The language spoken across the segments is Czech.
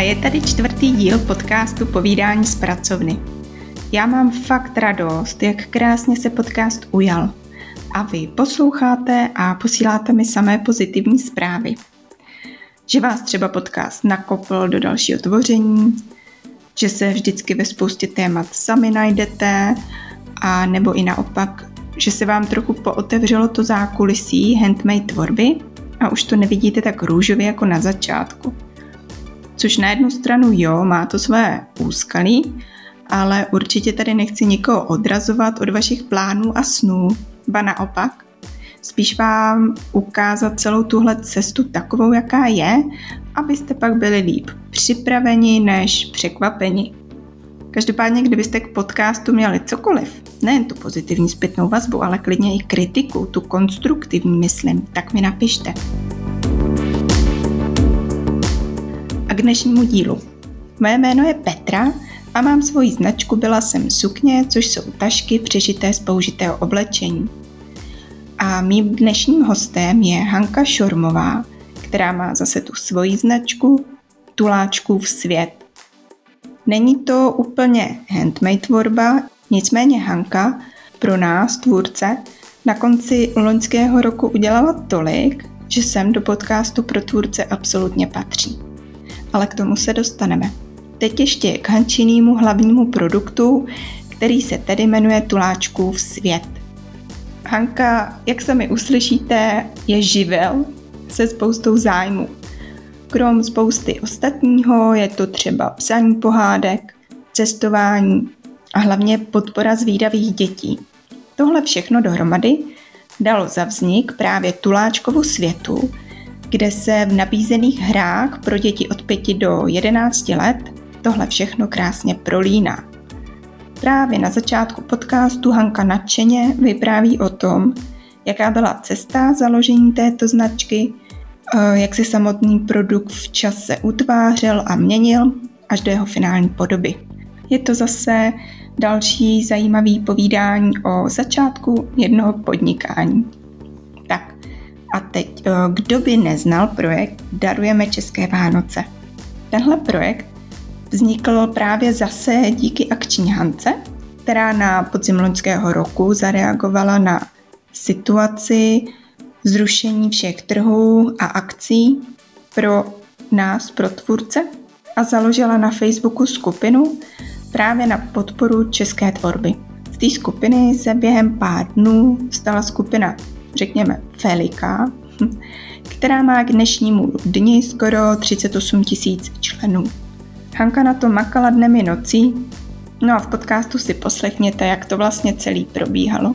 je tady 4. díl podcastu Povídání z pracovny. Já mám fakt radost, jak krásně se podcast ujal. A vy posloucháte a posíláte mi samé pozitivní zprávy. Že vás třeba podcast nakopl do dalšího tvoření, že se vždycky ve spoustě témat sami najdete, a nebo i naopak, že se vám trochu pootevřelo to zákulisí handmade tvorby a už to nevidíte tak růžově jako na začátku. Což na jednu stranu jo, má to své úskalí, ale určitě tady nechci nikoho odrazovat od vašich plánů a snů, ba naopak. Spíš vám ukázat celou tuhle cestu takovou, jaká je, abyste pak byli líp připraveni než překvapeni. Každopádně, kdybyste k podcastu měli cokoliv, nejen tu pozitivní zpětnou vazbu, ale klidně i kritiku, tu konstruktivní myslím, tak mi napište. A k dnešnímu dílu. Moje jméno je Petra a mám svoji značku Byla jsem sukně, což jsou tašky přešité z použitého oblečení. A mým dnešním hostem je Hanka Šormová, která má zase tu svoji značku Tuláčkův svět. Není to úplně handmade tvorba, nicméně Hanka pro nás, tvůrce, na konci loňského roku udělala tolik, že sem do podcastu pro tvůrce absolutně patří. Ale k tomu se dostaneme. Teď ještě k Hančinému hlavnímu produktu, který se tedy jmenuje Tuláčkův svět. Hanka, jak sami uslyšíte, je živel se spoustou zájmů. Krom spousty ostatního je to třeba psaní pohádek, cestování a hlavně podpora zvídavých dětí. Tohle všechno dohromady dalo za vznik právě Tuláčkovu světu, kde se v nabízených hrách pro děti od 5 do 11 let tohle všechno krásně prolíná. Právě na začátku podcastu Hanka nadšeně vypráví o tom, jaká byla cesta založení této značky, jak se samotný produkt v čase utvářel a měnil až do jeho finální podoby. Je to zase další zajímavý povídání o začátku jednoho podnikání. Tak a teď, kdo by neznal projekt Darujeme České Vánoce? Tenhle projekt vznikl právě zase díky akční Hance, která na podzim loňského roku zareagovala na situaci zrušení všech trhů a akcí pro nás, pro tvůrce, a založila na Facebooku skupinu právě na podporu české tvorby. Z té skupiny se během pár dnů stala skupina, řekněme, veliká, která má k dnešnímu dni skoro 38 000 členů. Hanka na to makala dnem i nocí, no a v podcastu si poslechněte, jak to vlastně celý probíhalo.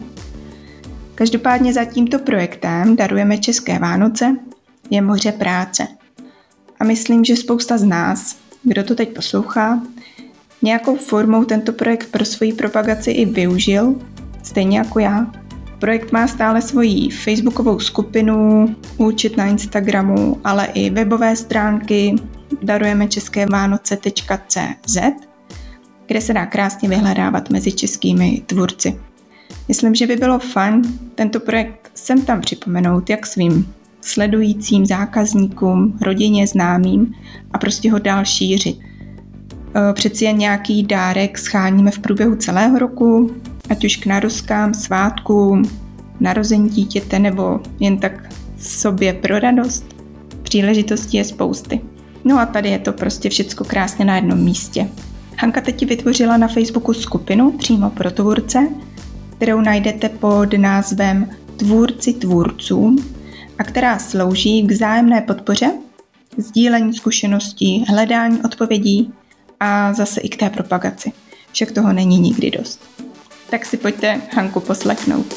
Každopádně za tímto projektem Darujeme České Vánoce je moře práce. A myslím, že spousta z nás, kdo to teď poslouchá, nějakou formou tento projekt pro svoji propagaci i využil, stejně jako já. Projekt má stále svoji facebookovou skupinu, účet na Instagramu, ale i webové stránky darujemečeskévánoce.cz, kde se dá krásně vyhledávat mezi českými tvůrci. Myslím, že by bylo fajn tento projekt sem tam připomenout jak svým sledujícím, zákazníkům, rodině, známým a prostě ho dál šířit. Přeci jen nějaký dárek scháníme v průběhu celého roku, ať už k narozkám, svátkům, narození dítěte nebo jen tak sobě pro radost. Příležitostí je spousty. No a tady je to prostě všecko krásně na jednom místě. Hanka teď vytvořila na Facebooku skupinu přímo pro tvůrce, kterou najdete pod názvem Tvůrci tvůrcům a která slouží k vzájemné podpoře, sdílení zkušeností, hledání odpovědí a zase i k té propagaci. Však toho není nikdy dost. Tak si pojďte Hanku poslechnout.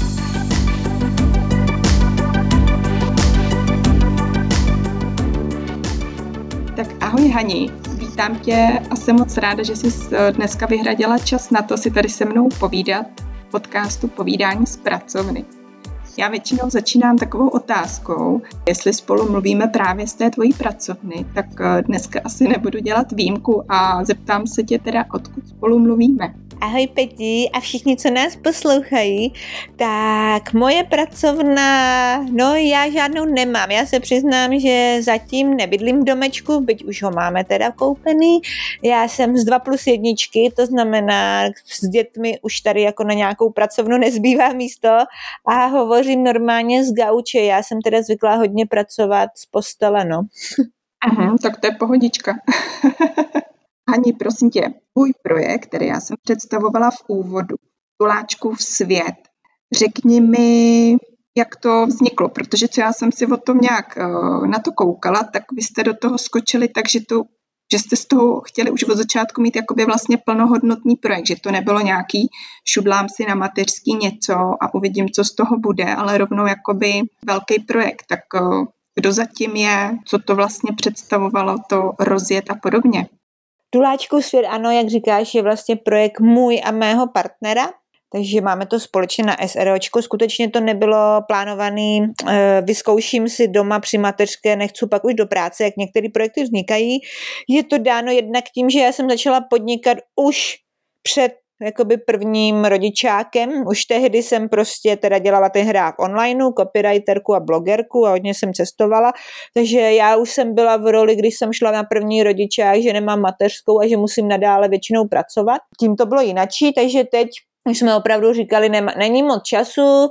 Tak ahoj Hani, vítám tě a jsem moc ráda, že jsi dneska vyhradila čas na to si tady se mnou povídat v podcastu Povídání z pracovny. Já většinou začínám takovou otázkou, jestli spolu mluvíme právě z té tvojí pracovny, tak dneska asi nebudu dělat výjimku a zeptám se tě teda, odkud spolu mluvíme. Ahoj Peti a všichni, co nás poslouchají. Tak moje pracovna, no já žádnou nemám. Já se přiznám, že zatím nebydlím v domečku, byť už ho máme teda koupený. Já jsem z 2+1, to znamená s dětmi už tady jako na nějakou pracovnu nezbývá místo a hovořím normálně z gauče. Já jsem teda zvyklá hodně pracovat z postele, no. Aha, tak to je pohodička. Hani, prosím tě, tvůj projekt, který já jsem představovala v úvodu, Tuláčkův svět, řekni mi, jak to vzniklo, protože co já jsem si o tom nějak na to koukala, tak vy jste do toho skočili tak, že jste z toho chtěli už od začátku mít jakoby vlastně plnohodnotný projekt, že to nebylo nějaký šudlám si na mateřský něco a uvidím, co z toho bude, ale rovnou jakoby velký projekt, tak kdo zatím je, co to vlastně představovalo, to rozjet a podobně. Tuláčkův svět, ano, jak říkáš, je vlastně projekt můj a mého partnera, takže máme to společně na SROčko. Skutečně to nebylo plánovaný, vyzkouším si doma při mateřské, nechci pak už do práce, jak některé projekty vznikají. Je to dáno jednak tím, že já jsem začala podnikat už před jakoby prvním rodičákem. Už tehdy jsem prostě teda dělala ten hrách onlineu, copywriterku a blogerku a hodně jsem cestovala, takže já už jsem byla v roli, když jsem šla na první rodičák, že nemám mateřskou a že musím nadále většinou pracovat. Tím to bylo jinačí, takže teď už jsme opravdu říkali, není moc času,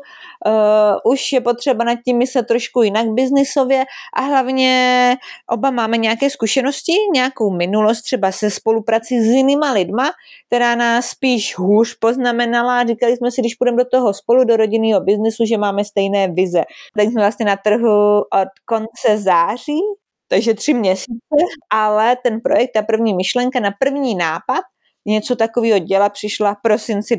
už je potřeba nad tím myslet trošku jinak biznisově a hlavně oba máme nějaké zkušenosti, nějakou minulost třeba se spoluprací s jinýma lidma, která nás spíš hůř poznamenala a říkali jsme si, když půjdeme do toho spolu, do rodinného biznisu, že máme stejné vize. Tak jsme vlastně na trhu od konce září, takže 3 měsíce, ale ten projekt, ta první myšlenka na první nápad, něco takového děla přišla v prosinci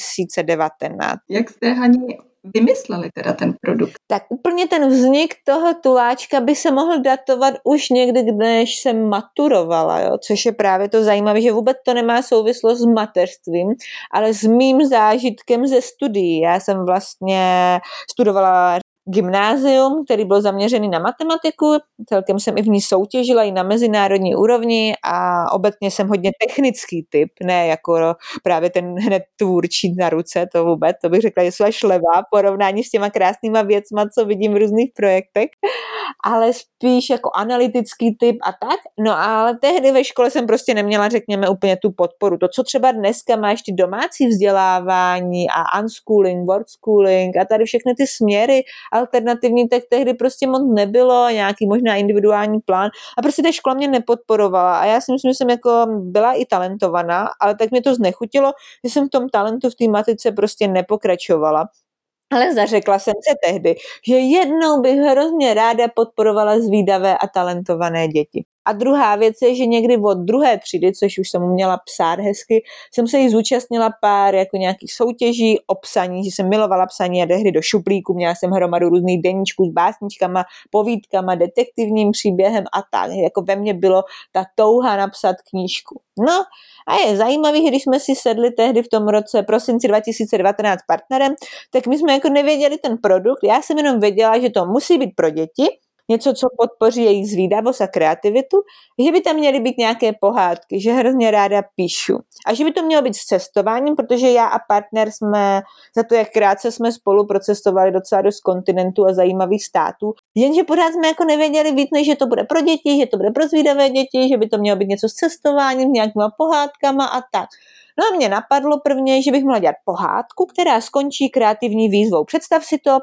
2019. Jak jste, Hani, vymysleli teda ten produkt? Tak úplně ten vznik toho tuláčka by se mohl datovat už někdy, když jsem maturovala, jo? Což je právě to zajímavé, že vůbec to nemá souvislost s mateřstvím, ale s mým zážitkem ze studií. Já jsem vlastně studovala gymnázium, který byl zaměřený na matematiku, celkem jsem i v ní soutěžila i na mezinárodní úrovni a obecně jsem hodně technický typ, ne jako právě ten hned tvůrčí na ruce, to vůbec, to bych řekla, že jsou až levá porovnání s těma krásnýma věcma, co vidím v různých projektech, ale spíš jako analytický typ a tak, no ale tehdy ve škole jsem prostě neměla, řekněme, úplně tu podporu. To, co třeba dneska máš ty domácí vzdělávání a unschooling, workschooling a tady všechny ty směry alternativní, tak tehdy prostě moc nebylo, nějaký možná individuální plán a prostě ta škola mě nepodporovala a já si myslím, že jsem jako byla i talentovaná, ale tak mě to znechutilo, že jsem v tom talentu v té matice prostě nepokračovala. Ale zařekla jsem se tehdy, že jednou bych hrozně ráda podporovala zvídavé a talentované děti. A druhá věc je, že někdy od 2. třídy, což už jsem uměla psát hezky, jsem se jí zúčastnila pár jako nějakých soutěží o psaní, že jsem milovala psaní a hry do šuplíku, měla jsem hromadu různých deníčků s básničkama, povídkama, detektivním příběhem a tak. Jako ve mně bylo ta touha napsat knížku. No a je zajímavý, když jsme si sedli tehdy v tom roce prosinci 2019 s partnerem, tak my jsme jako nevěděli ten produkt, já jsem jenom věděla, že to musí být pro děti, něco, co podpoří jejich zvídavost a kreativitu, že by tam měly být nějaké pohádky, že hrozně ráda píšu. A že by to mělo být s cestováním, protože já a partner jsme, za to, jak krátce jsme spolu procestovali docela dost kontinentů a zajímavých států, jenže pořád jsme jako nevěděli víc, než že to bude pro děti, že to bude pro zvídavé děti, že by to mělo být něco s cestováním, s nějakýma pohádkama a tak. No a mě napadlo prvně, že bych mohla dělat pohádku, která skončí kreativní výzvou. Představ si to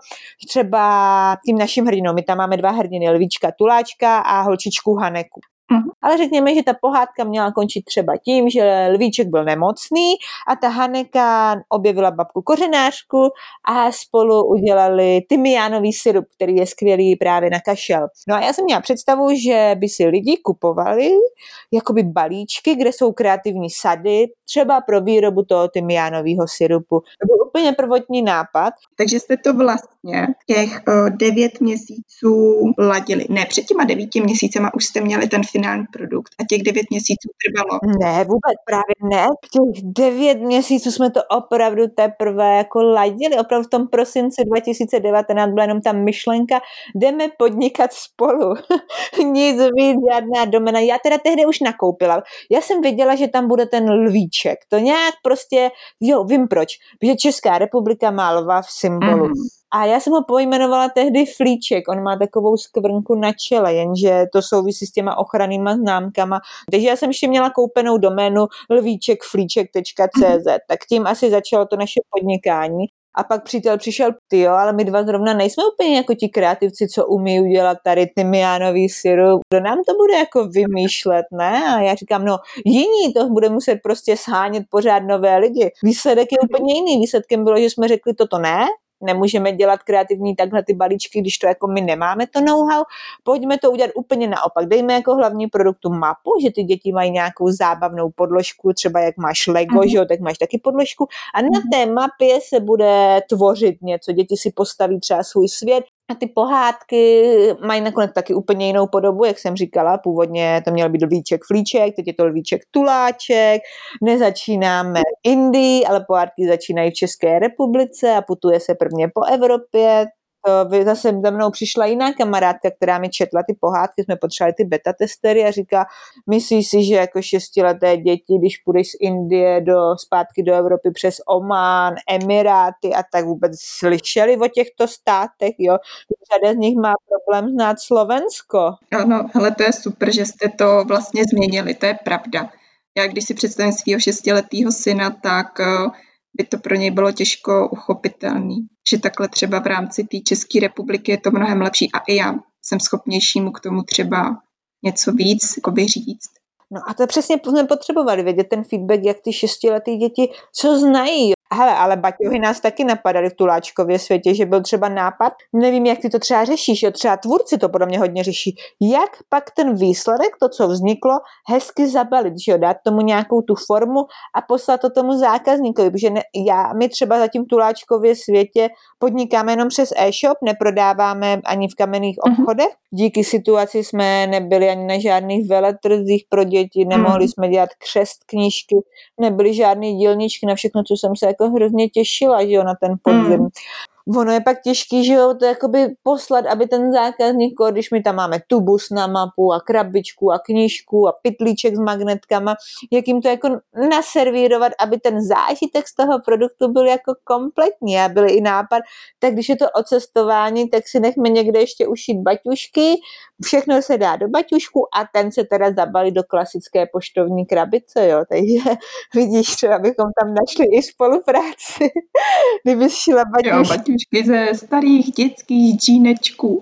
třeba tím naším hrdinou. My tam máme 2 hrdiny, lvíčka Tuláčka a holčičku Haneku. Ale řekněme, že ta pohádka měla končit třeba tím, že lvíček byl nemocný a ta Haneka objevila babku kořenářku a spolu udělali tymiánový sirup, který je skvělý právě na kašel. No a já jsem měla představu, že by si lidi kupovali jakoby balíčky, kde jsou kreativní sady, třeba pro výrobu toho tymiánového sirupu. To byl úplně prvotní nápad. Takže jste to vlastně těch 9 měsíců ladili. Ne, před těma 9 měsícema už jste měli ten finální produkt a těch 9 měsíců trvalo. Ne, vůbec právě ne. Těch 9 měsíců jsme to opravdu teprve jako ladili. Opravdu v tom prosinci 2019 byla jenom ta myšlenka, jdeme podnikat spolu. Nic víc, žádná domena. Já teda tehdy už nakoupila. Já jsem věděla, že tam bude ten lvíček. To nějak prostě, vím proč. Protože Česká republika má lva v symbolu. A já jsem ho pojmenovala tehdy Flíček, on má takovou skvrnku na čele, jenže to souvisí s těma ochrannýma známkama. Takže já jsem ještě měla koupenou doménu lvíčekflíček.cz, tak tím asi začalo to naše podnikání. A pak přítel přišel, ale my dva zrovna nejsme úplně jako ti kreativci, co umí udělat tady tymiánový syrup. Kdo nám to bude jako vymýšlet, ne? A já říkám, jiní to bude muset prostě shánět pořád nové lidi. Výsledek je úplně jiný. Výsledkem bylo, že jsme řekli, toto ne, nemůžeme dělat kreativní takhle ty balíčky, když to jako my nemáme to know-how, pojďme to udělat úplně naopak. Dejme jako hlavní produktu mapu, že ty děti mají nějakou zábavnou podložku, třeba jak máš Lego, že jo, tak máš taky podložku a na té mapě se bude tvořit něco. Děti si postaví třeba svůj svět a ty pohádky mají nakonec taky úplně jinou podobu, jak jsem říkala, původně to měl být lvíček flíček, teď je to lvíček tuláček, nezačínáme v Indii, ale pohádky začínají v České republice a putuje se prvně po Evropě. Zase za mnou přišla jiná kamarádka, která mi četla ty pohádky, jsme potřebovali ty beta testery a říká, myslíš si, že jako 6leté děti, když půjdeš z Indie zpátky do Evropy přes Omán, Emiráty a tak vůbec slyšeli o těchto státech, jo? Řada z nich má problém znát Slovensko. Ano, hele, to je super, že jste to vlastně změnili, to je pravda. Já když si představím svého 6letého syna, tak by to pro něj bylo těžko uchopitelný. Že takhle třeba v rámci té České republiky je to mnohem lepší a i já jsem schopnější mu k tomu třeba něco víc říct. No a to přesně jsme potřebovali vědět ten feedback, jak ty 6letý děti, co znají. Hele, ale baťohy nás taky napadaly v tuláčkově světě, že byl třeba nápad, nevím, jak ty to třeba řešíš, jo, třeba tvůrci to podle mě hodně řeší, jak pak ten výsledek, to, co vzniklo, hezky zabalit, že jo, dát tomu nějakou tu formu a poslat to tomu zákazníkovi, protože my třeba zatím v tuláčkově světě podnikáme jenom přes e-shop, neprodáváme ani v kamenných obchodech, díky situaci jsme nebyli ani na žádných veletrzích pro děti, nemohli jsme dělat křest knížky, nebyly žádné dílničky, na všechno, co jsem se jako hrozně těšila, že jo, na ten podzim. Ono je pak těžký, že jo, to jakoby poslat, aby ten zákazník, když my tam máme tubus na mapu a krabičku a knížku a pytlíček s magnetkama, jak jim to jako naservírovat, aby ten zážitek z toho produktu byl jako kompletní a byl i nápad, tak když je to o cestování, tak si nechme někde ještě ušít baťušky, všechno se dá do baťušku a ten se teda zabalí do klasické poštovní krabice, jo, takže vidíš, třeba bychom tam našli i spolupráci, kdyby šila baťušky ze starých dětských džínečků.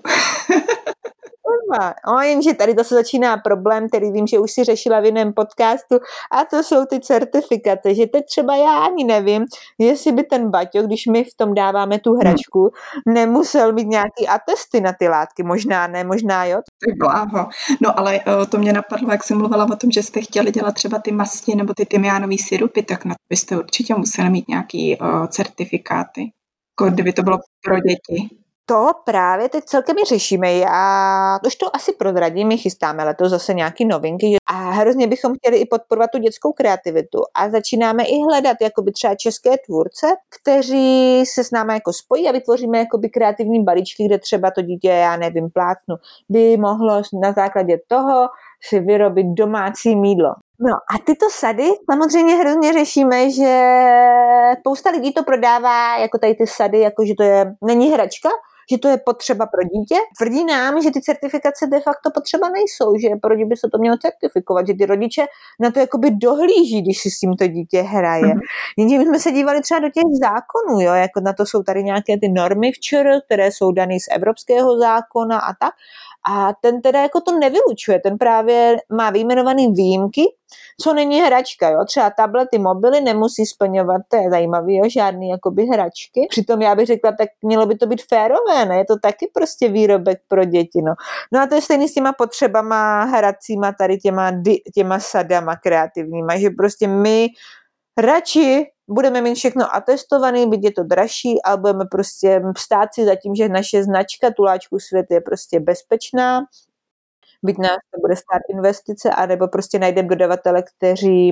Jenže tady to se začíná problém, který vím, že už si řešila v jiném podcastu, a to jsou ty certifikace, že teď třeba já ani nevím, jestli by ten baťo, když my v tom dáváme tu hračku, nemusel mít nějaký atesty na ty látky, možná ne, možná jo. Tak bláho. No ale to mě napadlo, jak jsem mluvila o tom, že jste chtěli dělat třeba ty masti nebo ty tymiánový syrupy, tak na to byste určitě museli mít nějaký certifikáty, kdyby to bylo pro děti. To právě teď celkem i řešíme. Já už to asi prozradím, my chystáme letos zase nějaký novinky a hrozně bychom chtěli i podporovat tu dětskou kreativitu a začínáme i hledat jakoby třeba české tvůrce, kteří se s námi jako spojí a vytvoříme jakoby kreativní balíčky, kde třeba to dítě, já nevím, plátnu, by mohlo na základě toho si vyrobit domácí mýdlo. No a tyto sady samozřejmě hrozně řešíme, že spousta lidí to prodává jako tady ty sady, jako že to není hračka, že to je potřeba pro dítě. Tvrdí nám, že ty certifikace de facto potřeba nejsou, že proč by se to mělo certifikovat, že ty rodiče na to jakoby dohlíží, když si s tím to dítě hraje. Jenže my jsme se dívali třeba do těch zákonů, jo, jako na to jsou tady nějaké ty normy včera, které jsou dané z evropského zákona a tak. A ten teda jako to nevylučuje, ten právě má vyjmenovaný výjimky, co není hračka, jo, třeba tablety, mobily nemusí splňovat, to je zajímavý, jo, žádný jakoby hračky. Přitom já bych řekla, tak mělo by to být férové, ne, je to taky prostě výrobek pro děti, no. No a to je stejný s těma potřebama hracíma, tady těma sadama kreativníma, že prostě my radši budeme mít všechno atestovaný, byť je to dražší, ale budeme prostě stát si za tím, že naše značka Tuláčku svět je prostě bezpečná. byť nás to bude stát investice, anebo prostě najdeme dodavatele, kteří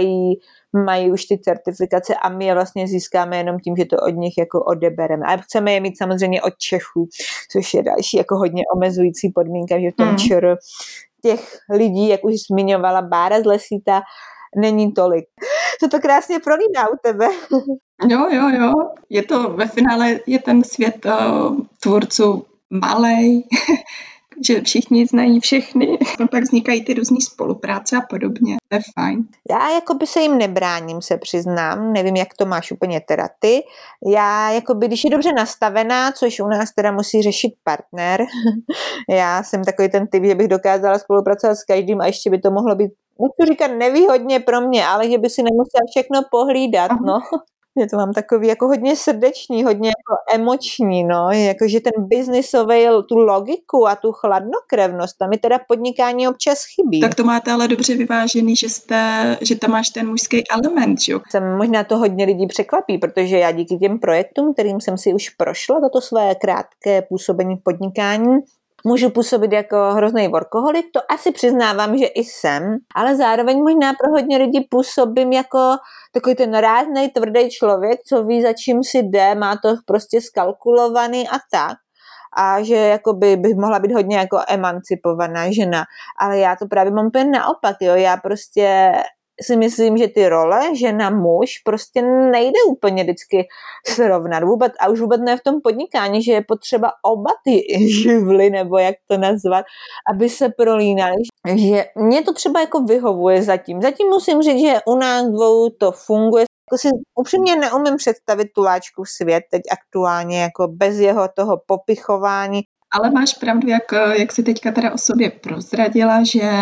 mají už ty certifikace a my je vlastně získáme jenom tím, že to od nich jako odebereme. A chceme je mít samozřejmě od Čechů, což je další jako hodně omezující podmínka, že v tom ČR těch lidí, jak už zmiňovala Bára z Lesíta, není tolik. Co to krásně prolíná u tebe. Jo. Je to ve finále, je ten svět tvůrců malej, že všichni znají všechny. A pak vznikají ty různý spolupráce a podobně. To je fajn. Já jakoby se jim nebráním, se přiznám. Nevím, jak to máš úplně teda ty. Já jakoby, když je dobře nastavená, což u nás teda musí řešit partner. Já jsem takový ten typ, že bych dokázala spolupracovat s každým a ještě by to mohlo být, nechci říkat nevýhodně pro mě, ale že by si nemusela všechno pohlídat, no. Je to mám takový jako hodně srdeční, hodně jako emoční, no, jakože ten biznisový, tu logiku a tu chladnokrevnost, tam mi teda podnikání občas chybí. Tak to máte ale dobře vyvážený, že tam máš ten mužský element, jo? Možná to hodně lidí překvapí, protože já díky těm projektům, kterým jsem si už prošla, toto své krátké působení v podnikání, můžu působit jako hrozný workoholik, to asi přiznávám, že i jsem, ale zároveň možná pro hodně lidí působím jako takový ten ráznej, tvrdý člověk, co ví, za čím si jde, má to prostě skalkulovaný a tak. A že jakoby bych mohla být hodně jako emancipovaná žena, ale já to právě mám úplně naopak, jo, já prostě si myslím, že ty role žena muž prostě nejde úplně vždycky srovnat vůbec, a už vůbec ne v tom podnikání, že je potřeba oba ty živly, nebo jak to nazvat, aby se prolínaly, že mě to třeba jako vyhovuje zatím musím říct, že u nás dvou to funguje. Jako si upřímně neumím představit tuláčku svět teď aktuálně jako bez jeho toho popichování. Ale máš pravdu, jak jsi teďka teda o sobě prozradila,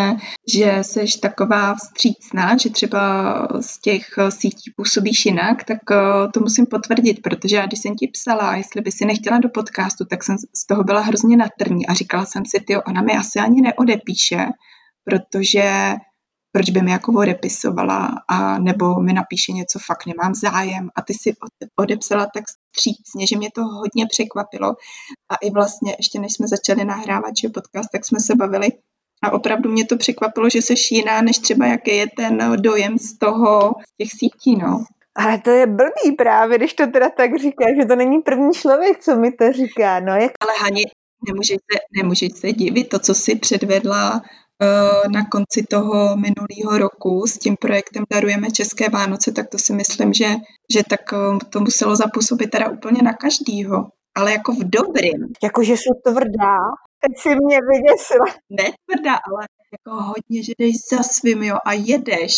že seš taková vstřícná, že třeba z těch sítí působíš jinak, tak to musím potvrdit, protože já, když jsem ti psala, jestli by si nechtěla do podcastu, tak jsem z toho byla hrozně na trní a říkala jsem si, tyjo, ona mi asi ani neodepíše, protože proč by mi jako odepisovala, a nebo mi napíše něco, fakt nemám zájem, a ty si odepsala tak vstřícně, že mě to hodně překvapilo. A i vlastně ještě než jsme začali nahrávat podcast, tak jsme se bavili a opravdu mě to překvapilo, že jsi jiná, než třeba jaký je ten dojem z těch sítí, no. Ale to je blbý právě, když to teda tak říká, že to není první člověk, co mi to říká, no. Ale Hani, nemůžeš se divit, to, co jsi předvedla na konci toho minulého roku s tím projektem Darujeme České Vánoce, tak to si myslím, že tak to muselo zapůsobit teda úplně na každýho, ale jako v dobrým. Jakože jsi tvrdá, teď si mě vyděsila. Ne tvrdá, ale jako hodně, že jdeš za svým, jo, a jedeš.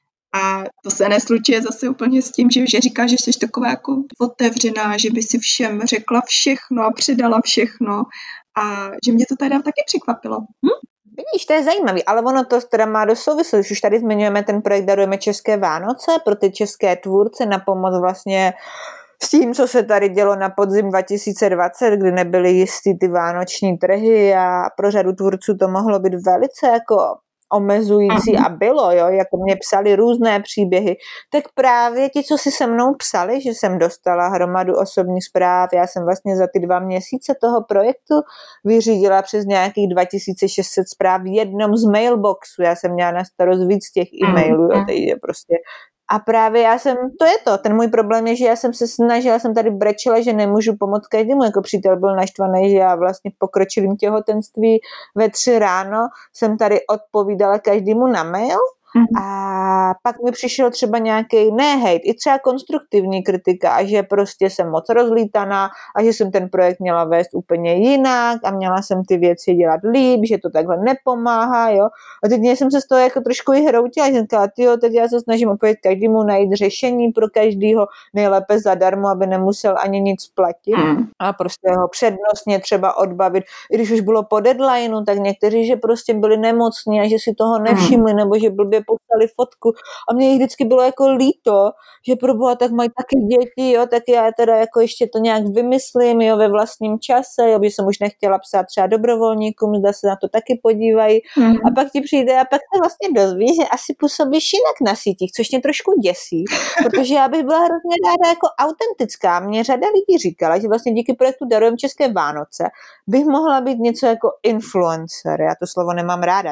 A to se neslučuje zase úplně s tím, že říkáš, že jsi taková jako otevřená, že by si všem řekla všechno a předala všechno. A že mě to teda taky překvapilo. Vidíš, to je zajímavý, ale ono to teda má do souvislosti. Už tady zmiňujeme ten projekt Darujeme České Vánoce pro ty české tvůrce na pomoc vlastně s tím, co se tady dělo na podzim 2020, kdy nebyly jistý ty vánoční trhy a pro řadu tvůrců to mohlo být velice jako omezující a bylo, jo, jako mě psali různé příběhy, tak právě ti, co si se mnou psali, že jsem dostala hromadu osobních zpráv, já jsem vlastně za ty 2 měsíce toho projektu vyřídila přes nějakých 2600 zpráv v jednom z mailboxu, já jsem měla na starost víc těch e-mailů, jo, takže prostě. A právě ten můj problém je, že já jsem se snažila, jsem tady brečela, že nemůžu pomoct každému, jako přítel byl naštvaný, že já vlastně v pokročilém těhotenství ve 3 ráno jsem tady odpovídala každému na mail a pak mi přišel třeba nějaký hejt, i třeba konstruktivní kritika, a že prostě jsem moc rozlítaná a že jsem ten projekt měla vést úplně jinak a měla jsem ty věci dělat líp, že to takhle nepomáhá, jo. A teď jsem se z toho jako trošku i hroutila, že říkala, tyjo, teď já se snažím odpovědět každému najít řešení pro každýho, nejlépe zadarmo, aby nemusel ani nic platit a prostě ho přednostně třeba odbavit. I když už bylo po deadlineu, tak někteří, že prostě byli nemocní a že si toho nevšimli, nebo že blbě poslali fotku a mě jich vždycky bylo jako líto, že proboha, tak mají taky děti, jo, tak já teda jako ještě to nějak vymyslím, jo, ve vlastním čase, jo, protože jsem už nechtěla psát třeba dobrovolníkům, zda se na to taky podívají a pak ti přijde a pak se vlastně dozví, že asi působíš jinak na sítích, což mě trošku děsí, protože já bych byla hrozně ráda jako autentická. Mě řada lidí říkala, že vlastně díky projektu Darujeme české Vánoce bych mohla být něco jako influencer. Já to slovo nemám ráda.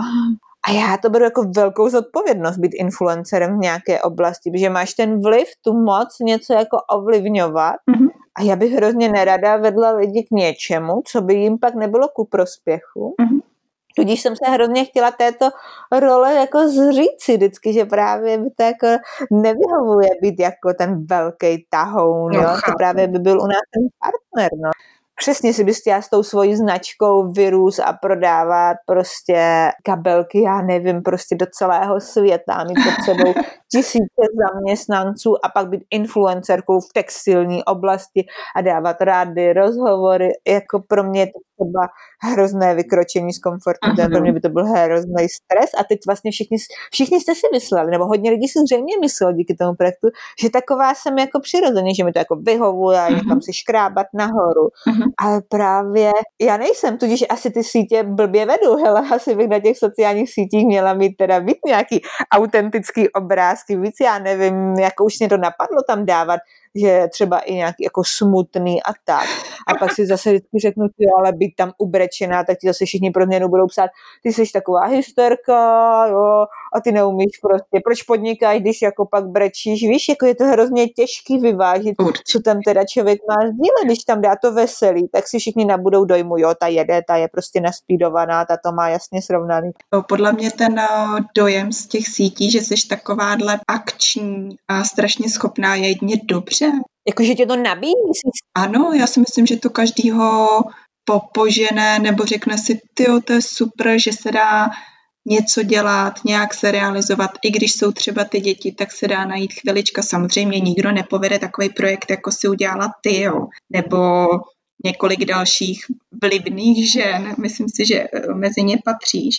A já to beru jako velkou zodpovědnost být influencerem v nějaké oblasti, protože máš ten vliv, tu moc něco jako ovlivňovat. A já bych hrozně nerada vedla lidi k něčemu, co by jim pak nebylo ku prospěchu. Tudíž jsem se hrozně chtěla této role jako zříci vždycky, že právě by to jako nevyhovuje být jako ten velký tahoun, jo? To právě by byl u nás ten partner, no. Přesně si bys chtěla s tou svojí značkou vyrůst a prodávat prostě kabelky, já nevím, prostě do celého světa, mít pod sebou tisíce zaměstnanců a pak být influencerkou v textilní oblasti a dávat rády, rozhovory. Jako pro mě je to třeba hrozné vykročení z komfortní zóny, pro mě by to byl hrozný stres a teď vlastně všichni jste si mysleli, nebo hodně lidí si zřejmě myslelo díky tomu projektu, že taková jsem jako přirozeně, že mi to jako vyhovuje a někam si škrábat nahoru. Ale právě já nejsem, tudíž asi ty sítě blbě vedu, hele, asi bych na těch sociálních sítích měla mít teda být nějaký autentický obrázky, víc já nevím, jako už mě to napadlo tam dávat, že třeba i nějaký jako smutný a tak. A pak si zase vždycky řeknu, jo, ale být tam ubrečená, tak ti zase všichni pro změnu budou psát, ty jsi taková hysterka, jo, a ty neumíš prostě, proč podnikáš, když jako pak brečíš, víš, jako je to hrozně těžký vyvážit, co tam teda člověk má sdílet, když tam dá to veselý, tak si všichni nabudou dojmu, jo, ta je prostě naspídovaná, ta to má jasně srovnaný. Podle mě ten dojem z těch sítí, že jsi takováhle akční a strašně schopná je jedině dobře. Jakože tě to nabíjí? Ano, já si myslím, že to každýho požene nebo řekne si, tyjo, to je super, že se dá něco dělat, nějak se realizovat, i když jsou třeba ty děti, tak se dá najít chvilička. Samozřejmě nikdo nepovede takový projekt, jako si udělala ty, jo, nebo několik dalších vlivných žen, myslím si, že mezi ně patříš.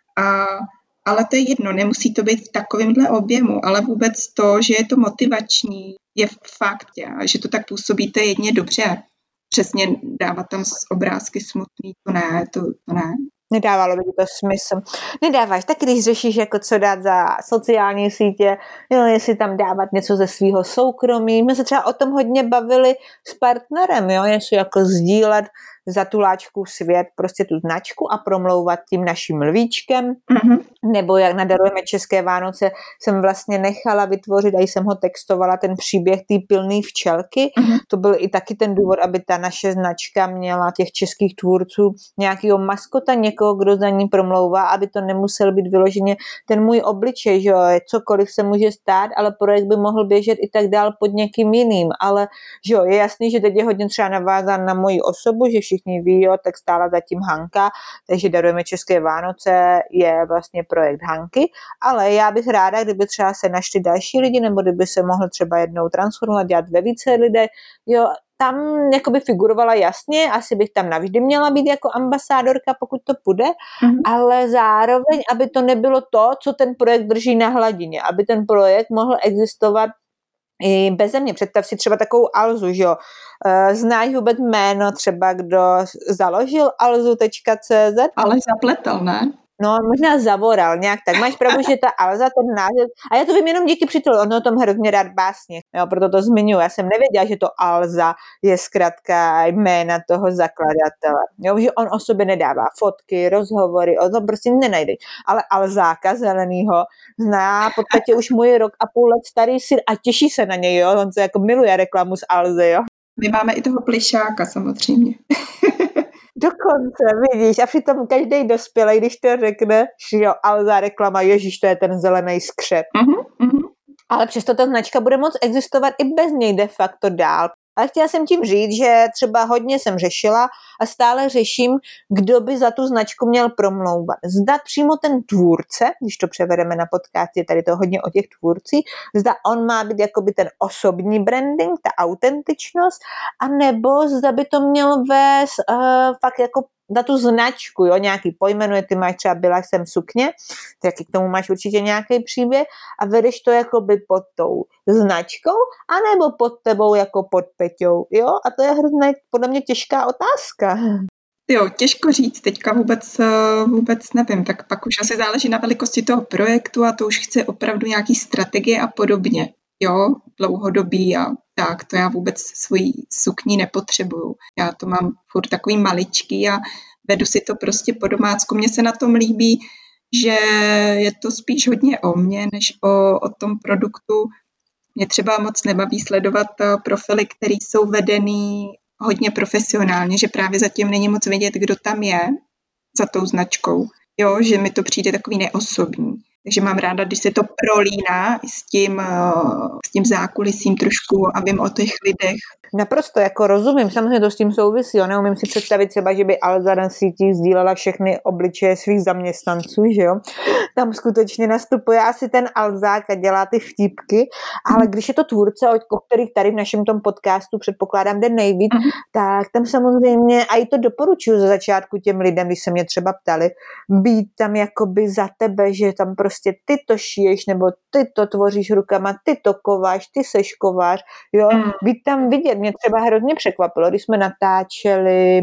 Ale to je jedno, nemusí to být v takovémhle objemu, ale vůbec to, že je to motivační, je fakt, že to tak působí, to je jedně dobře. Přesně dávat tam obrázky smutný, to ne. Nedávalo by to smysl. Nedáváš, tak když řešíš, jako co dát za sociální sítě, jo, jestli tam dávat něco ze svého soukromí. My se třeba o tom hodně bavili s partnerem, jo, jestli jako sdílet za tu láčku svět, prostě tu značku a promlouvat tím naším lvíčkem, nebo jak na Darujeme české Vánoce jsem vlastně nechala vytvořit a jsem ho textovala, ten příběh té pilné včelky. To byl i taky ten důvod, aby ta naše značka měla těch českých tvůrců nějakého maskota, někoho, kdo za ní promlouvá, aby to nemusel být vyloženě ten můj obličej, že jo, cokoliv se může stát, ale projekt by mohl běžet i tak dál pod někým jiným, ale že jo, je jasný, že teď je hodně třeba navázán na moji osobu, že všichni ví, jo, tak stála zatím Hanka, takže Darujeme české Vánoce je vlastně projekt Hanky, ale já bych ráda, kdyby třeba se našli další lidi, nebo kdyby se mohl třeba jednou transformovat, dělat ve více lidech, jo, tam jakoby figurovala jasně, asi bych tam navždy měla být jako ambasádorka, pokud to půjde, ale zároveň, aby to nebylo to, co ten projekt drží na hladině, aby ten projekt mohl existovat i beze mě. Představ si třeba takovou Alzu, že jo. Znáš vůbec jméno třeba, kdo založil alzu.cz? Ale zapletal, ne? No, možná zavoral nějak tak. Máš pravdu, že ta Alza, ten název, a já to vím jenom díky přítelu, on o tom hrozně rád básně, jo, proto to zmiňuji. Já jsem nevěděla, že to Alza je zkrátka jména toho zakladatele. Jo, že on o sobě nedává fotky, rozhovory, o tom prostě nenajdeš. Ale Alzáka zelenýho zná v podstatě už můj 1,5 roku starý syn a těší se na něj, jo, on se jako miluje reklamu z Alzy, jo. My máme i toho plišáka samozřejmě. Dokonce, vidíš, a přitom každý dospělý, když to řekne, že jo, Alza reklama, ježíš, to je ten zelený skřep. Ale přesto ta značka bude moct existovat i bez něj de facto dál. Ale chtěla jsem tím říct, že třeba hodně jsem řešila a stále řeším, kdo by za tu značku měl promlouvat. Zda přímo ten tvůrce, když to převedeme na podcast, je tady to hodně o těch tvůrcích, zda on má být jakoby ten osobní branding, ta autentičnost, anebo zda by to měl vést fakt jako na tu značku, jo, nějaký pojmenuje, ty máš třeba Byla jsem sukně, tak k tomu máš určitě nějaký příběh a vedeš to jakoby pod tou značkou, anebo pod tebou jako pod Peťou, jo, a to je hrozně podle mě těžká otázka. Jo, těžko říct, teďka vůbec nevím, tak pak už asi záleží na velikosti toho projektu a to už chce opravdu nějaký strategie a podobně, jo, dlouhodobý a tak, to já vůbec svojí sukni nepotřebuju, já to mám furt takový maličký a vedu si to prostě po domácku, mně se na tom líbí, že je to spíš hodně o mně, než o tom produktu, mě třeba moc nebaví sledovat profily, které jsou vedený hodně profesionálně, že právě zatím není moc vědět, kdo tam je za tou značkou. Jo, že mi to přijde takový neosobní. Takže mám ráda, když se to prolíná s tím zákulisím trošku a vím o těch lidech. Naprosto, jako rozumím, samozřejmě to s tím souvisí, neumím si představit třeba, že by Alza na sítích sdílela všechny obličeje svých zaměstnanců, že jo. Tam skutečně nastupuje asi ten Alzák a dělá ty vtípky, ale když je to tvůrce, o kterých tady v našem tom podcastu předpokládám jde nejvíc, tak tam samozřejmě, a i to doporučuji za začátku těm lidem, když se mě třeba ptali, být tam jakoby za tebe, že tam prostě ty to šiješ, nebo ty to tvoříš rukama, ty to kováš, ty seš kovář, jo, být tam vidět. Mě třeba hrozně překvapilo, když jsme natáčeli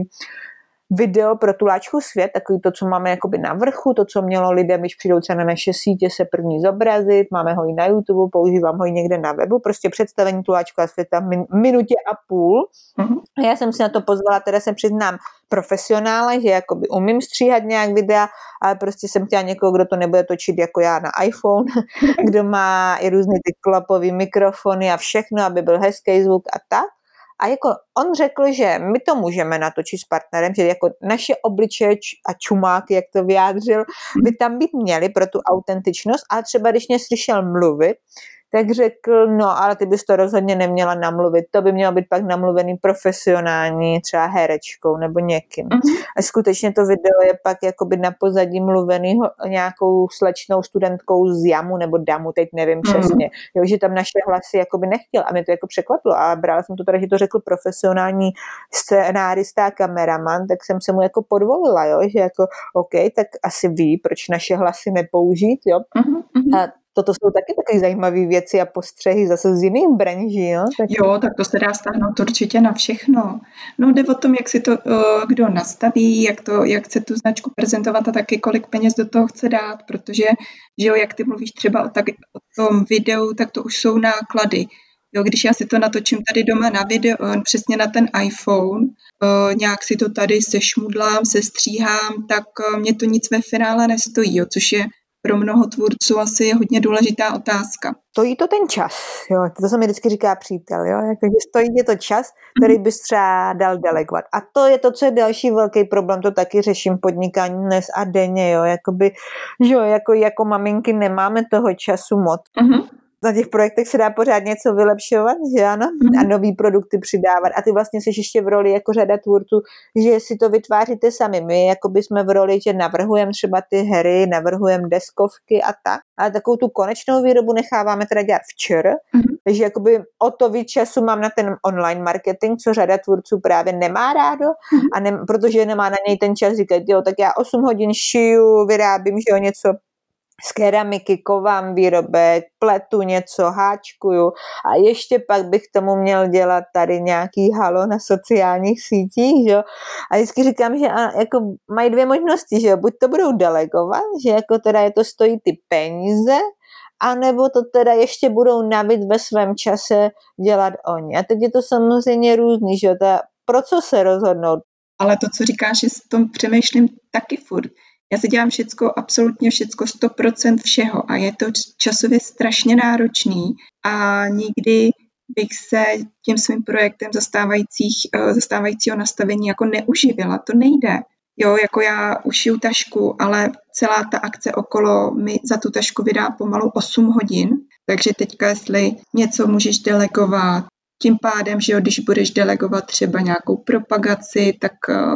video pro Tuláčku svět, takový to, co máme jakoby na vrchu, to, co mělo lidem, když přijdou třeba na naše sítě, se první zobrazit, máme ho i na YouTube, používám ho i někde na webu, prostě představení Tuláčka světa minutě a půl. A já jsem si na to pozvala, teda se přiznám, profesionála, že jakoby umím stříhat nějak videa, ale prostě jsem chtěla někoho, kdo to nebude točit jako já na iPhone, kdo má i různý ty klopový mikrofony a všechno, aby byl hezký zvuk a tak. A jako on řekl, že my to můžeme natočit s partnerem, že jako naše obličeje a čumáky, jak to vyjádřil, by tam být měly pro tu autentičnost, ale třeba když mě slyšel mluvit, tak řekl, no ale ty bys to rozhodně neměla namluvit, to by mělo být pak namluvený profesionální, třeba herečkou nebo někým. A skutečně to video je pak jakoby na pozadí mluvený nějakou slečnou studentkou z Jamu nebo Damu, teď nevím přesně, jo, že tam naše hlasy jakoby nechtěl a mě to jako překvapilo a brala jsem to teda, že to řekl profesionální scénárista a kameraman, tak jsem se mu jako podvolila, jo, že jako OK, tak asi ví, proč naše hlasy nepoužít, jo. A toto jsou taky takové zajímavé věci a postřehy zase z jiných branží, jo? Tak... Jo, tak to se dá stáhnout určitě na všechno. No jde o tom, jak si to kdo nastaví, jak chce tu značku prezentovat a taky kolik peněz do toho chce dát, protože, že jo, jak ty mluvíš třeba o tom videu, tak to už jsou náklady. Jo, když já si to natočím tady doma na video, přesně na ten iPhone, nějak si to tady sešmudlám, sestříhám, tak mě to nic ve finále nestojí, jo, což je pro mnoho tvůrců asi je hodně důležitá otázka. Stojí to ten čas, jo, to se mi vždycky říká přítel, jo, jakože stojí je to čas, který bys třeba dal delegovat. A to je to, co je další velký problém, to taky řeším podnikání dnes a denně, jo, jakoby, jo, jako maminky nemáme toho času moc. Na těch projektech se dá pořád něco vylepšovat, že ano? A nový produkty přidávat. A ty vlastně jsi ještě v roli jako řada tvůrců, že si to vytváříte sami. My jakoby jsme v roli, že navrhujeme třeba ty hry, navrhujeme deskovky a tak. Ale takovou tu konečnou výrobu necháváme teda dělat včera. Takže jakoby o to víc času mám na ten online marketing, co řada tvůrců právě nemá rádo, a protože nemá na něj ten čas říkat, jo, tak já 8 hodin šiju, vyrábím, že jo, něco z keramiky, kovám výrobek, pletu něco, háčkuju a ještě pak bych tomu měl dělat tady nějaký halo na sociálních sítích, že? A vždycky říkám, že jako mají dvě možnosti, že buď to budou delegovat, že jako teda je to stojí ty peníze, anebo to teda ještě budou navíc ve svém čase dělat oni. A teď je to samozřejmě různý, že pro co se rozhodnout? Ale to, co říkáš, že s tom přemýšlím taky furt. Já si dělám absolutně všecko, 100% všeho a je to časově strašně náročný a nikdy bych se tím svým projektem zastávajícího nastavení jako neuživila. To nejde. Jo, jako já ušiju tašku, ale celá ta akce okolo mi za tu tašku vydá pomalu 8 hodin, takže teďka, jestli něco můžeš delegovat, tím pádem, že jo, když budeš delegovat třeba nějakou propagaci, tak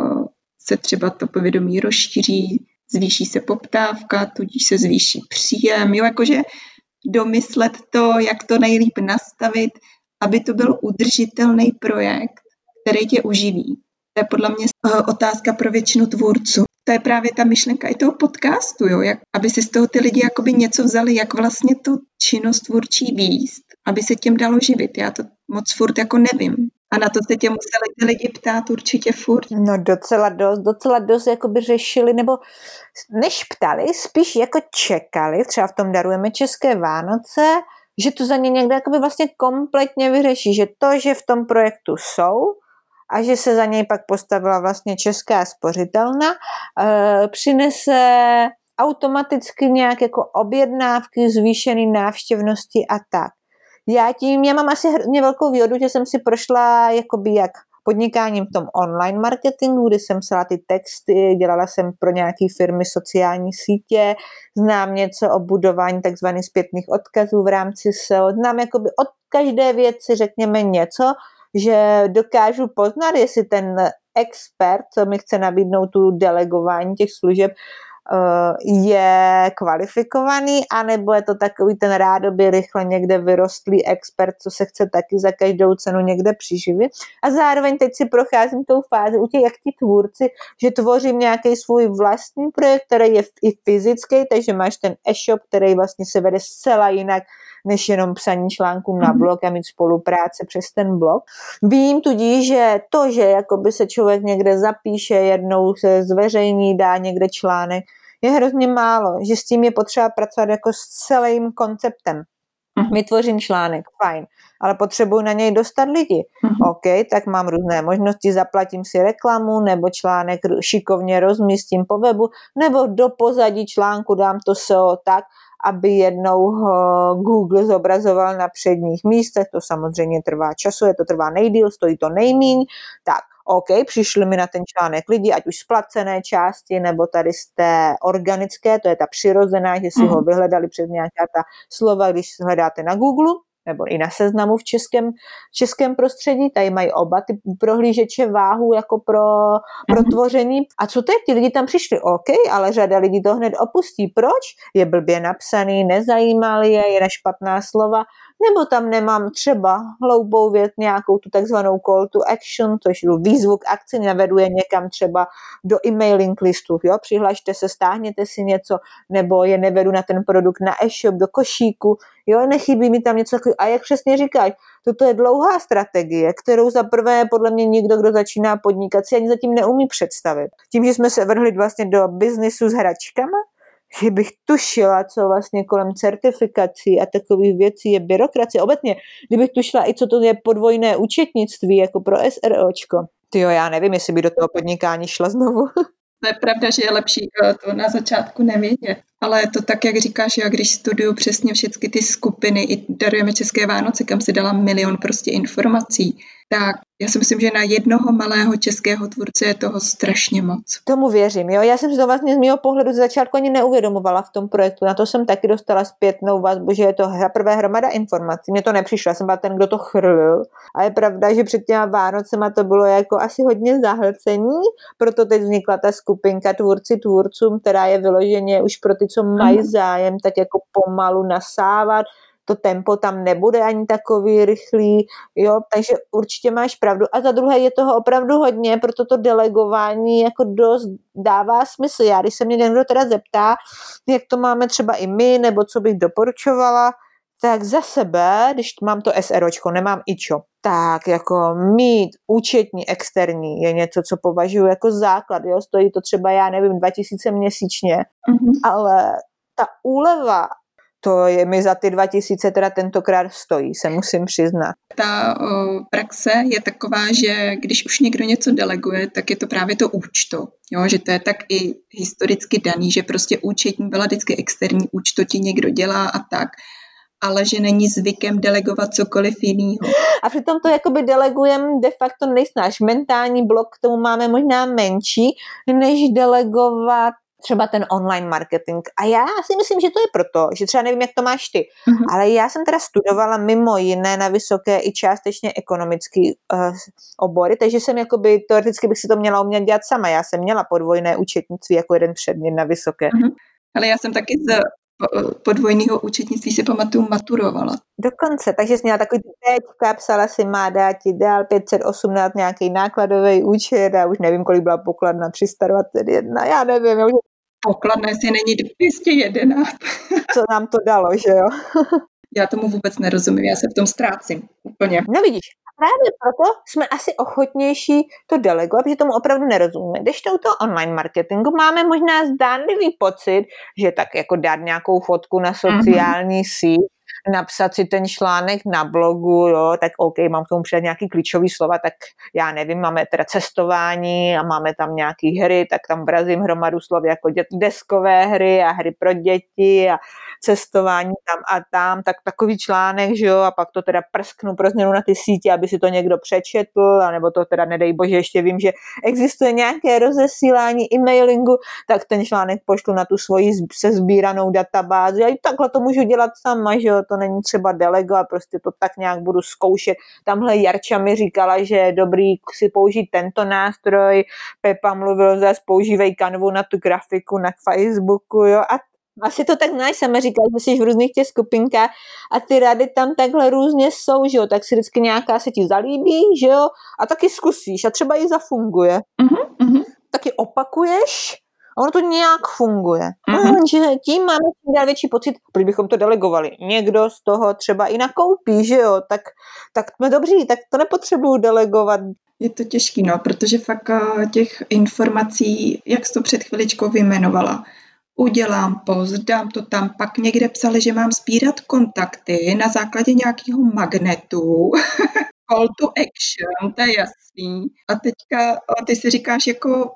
se třeba to povědomí rozšíří, zvýší se poptávka, tudíž se zvýší příjem, jo, jakože domyslet to, jak to nejlíp nastavit, aby to byl udržitelný projekt, který tě uživí. To je podle mě otázka pro většinu tvůrců. To je právě ta myšlenka i toho podcastu, jo? Aby si z toho ty lidi jakoby něco vzali, jak vlastně tu činnost tvůrčí výst, aby se tím dalo živit. Já to moc furt jako nevím. A na to se tě museli ty lidi ptát určitě furt. No docela dost jakoby řešili, nebo než ptali, spíš jako čekali, třeba v tom Darujeme české Vánoce, že to za ně někde jakoby vlastně kompletně vyřeší, že to, že v tom projektu jsou a že se za něj pak postavila vlastně Česká spořitelna, přinese automaticky nějak jako objednávky, zvýšený návštěvnosti a tak. Já mám asi hodně velkou výhodu, že jsem si prošla jakoby jak podnikáním v tom online marketingu, kdy jsem psala ty texty, dělala jsem pro nějaké firmy sociální sítě, znám něco o budování takzvaných zpětných odkazů v rámci SEO, znám jakoby od každé věci řekněme něco, že dokážu poznat, jestli ten expert, co mi chce nabídnout tu delegování těch služeb, je kvalifikovaný, anebo je to takový ten rádoby rychle někde vyrostlý expert, co se chce taky za každou cenu někde přiživit. A zároveň teď si procházím tou fázi u těch jak ti tvůrci, že tvořím nějaký svůj vlastní projekt, který je i fyzický, takže máš ten e-shop, který vlastně se vede zcela jinak, než jenom psaní článků na blog a mít spolupráce přes ten blog. Vím tudíž, že to, že jakoby se člověk někde zapíše, jednou se zveřejní, dá někde článek, je hrozně málo, že s tím je potřeba pracovat jako s celým konceptem. Vytvořím článek, fajn, ale potřebuji na něj dostat lidi. OK, tak mám různé možnosti, zaplatím si reklamu, nebo článek šikovně rozmístím po webu, nebo do pozadí článku dám to SEO tak, aby jednou Google zobrazoval na předních místech, to samozřejmě trvá času, to trvá nejdýl, stojí to nejmíň, tak OK, přišli mi na ten článek lidi, ať už z placené části, nebo tady z té organické, to je ta přirozená, že si ho vyhledali přes nějaká ta slova, když hledáte na Google, nebo i na Seznamu v českém prostředí, tady mají oba ty prohlížeče váhu jako pro tvoření. A co teď? Ti lidi tam přišli, OK, ale řada lidí to hned opustí. Proč? Je blbě napsaný, nezajímal je na špatná slova, nebo tam nemám třeba hloubou věc, nějakou tu takzvanou call to action, což je výzvu k akci, navedu je někam třeba do e-mailing listu, jo? Přihlašte se, stáhněte si něco, nebo je nevedu na ten produkt na e-shop, do košíku, jo, nechybí mi tam něco takového. A jak přesně říkáš, toto je dlouhá strategie, kterou zaprvé podle mě nikdo, kdo začíná podnikat, si ani zatím neumí představit. Tím, že jsme se vrhli vlastně do biznisu s hračkama, že bych tušila, co vlastně kolem certifikací a takových věcí je byrokracie. Obecně, kdybych tušila i co to je podvojné účetnictví jako pro SROčko. Tyjo, já nevím, jestli by do toho podnikání šla znovu. To je pravda, že je lepší to na začátku nevědět. Ale to tak, jak říkáš, já když studuju přesně všechny ty skupiny, i Darujeme české Vánoce, kam si dala milion prostě informací, tak já si myslím, že na jednoho malého českého tvůrce je toho strašně moc. Tomu věřím, jo. Já jsem si to vlastně z mého pohledu z začátku ani neuvědomovala v tom projektu. Na to jsem taky dostala zpětnou vazbu, že je to prvé hromada informací. Mně to nepřišlo, já jsem byla ten, kdo to chrlil. A je pravda, že před těma Vánocema to bylo jako asi hodně zahlcení, proto teď vznikla ta skupinka tvůrcům, která je vyloženě už pro ty, co mají zájem, tak jako pomalu nasávat. To tempo tam nebude ani takový rychlý, jo, takže určitě máš pravdu. A za druhé je toho opravdu hodně, proto to delegování jako dost dává smysl. Já, když se mě někdo teda zeptá, jak to máme třeba i my, nebo co bych doporučovala, tak za sebe, když mám to SROčko, nemám ičo, tak jako mít účetní externí je něco, co považuji jako základ, jo, stojí to třeba, já nevím, 2000 měsíčně, ale ta úleva, to je mi za ty 2000 teda tentokrát stojí, se musím přiznat. Ta praxe je taková, že když už někdo něco deleguje, tak je to právě to účto. Jo? Že to je tak i historicky daný, že prostě účetní byla vždycky externí, účto ti někdo dělá a tak, ale že není zvykem delegovat cokoliv jiného. A přitom to jakoby delegujeme de facto nejsnáš. Mentální blok k tomu máme možná menší, než delegovat třeba ten online marketing. A já si myslím, že to je proto, že třeba nevím, jak to máš ty, ale já jsem teda studovala mimo jiné na vysoké i částečně ekonomický obory, takže jsem jakoby, teoreticky bych si to měla umět dělat sama. Já jsem měla podvojné účetnictví jako jeden předmět na vysoké. Ale já jsem taky z podvojného účetnictví si pamatuju, maturovala. Dokonce, takže jsi měla takový téčka, psala si, má dát ti dál 518 nějaký nákladový účet a už nevím, kolik byla pokladna, 321, já nevím. Pokladna, jestli není 211. Co nám to dalo, že jo? Já tomu vůbec nerozumím, já se v tom ztrácím úplně. No vidíš, právě proto jsme asi ochotnější to delegovat, protože tomu opravdu nerozumíme. Když to u toho online marketingu máme možná zdánlivý pocit, že tak jako dát nějakou fotku na sociální síť, napsat si ten článek na blogu, jo, tak OK, mám k tomu přidat nějaký klíčový slova, tak já nevím, máme teda cestování a máme tam nějaký hry, tak tam vrazím hromadu slov jako deskové hry a hry pro děti a cestování tam a tam, tak takový článek, že jo, a pak to teda prsknu pro změnu na ty sítě, aby si to někdo přečetl, anebo to teda nedej bože, ještě vím, že existuje nějaké rozesílání e-mailingu, tak ten článek pošlu na tu svoji sesbíranou databázi a takhle to můžu dělat sama, že jo, to není třeba delegovat, prostě to tak nějak budu zkoušet. Tamhle Jarča mi říkala, že je dobrý si použít tento nástroj, Pepa mluvil zase, používej Canvu na tu grafiku na Facebooku, jo, a asi to tak znáš, sama říkala, že jsi v různých těch skupinkách a ty rady tam takhle různě jsou, že jo, tak si vždycky nějaká se ti zalíbí, že jo, a taky zkusíš a třeba i zafunguje. Taky opakuješ a ono to nějak funguje. Že tím máme dál větší pocit, proč bychom to delegovali. Někdo z toho třeba i nakoupí, že jo, tak jsme dobří, tak to nepotřebuju delegovat. Je to těžký, no, protože fakt těch informací, jak jsi to před chviličkou vyjmenovala, udělám post, dám to tam, pak někde psali, že mám sbírat kontakty na základě nějakého magnetu, call to action, to je jasný. A teďka ty si říkáš, jako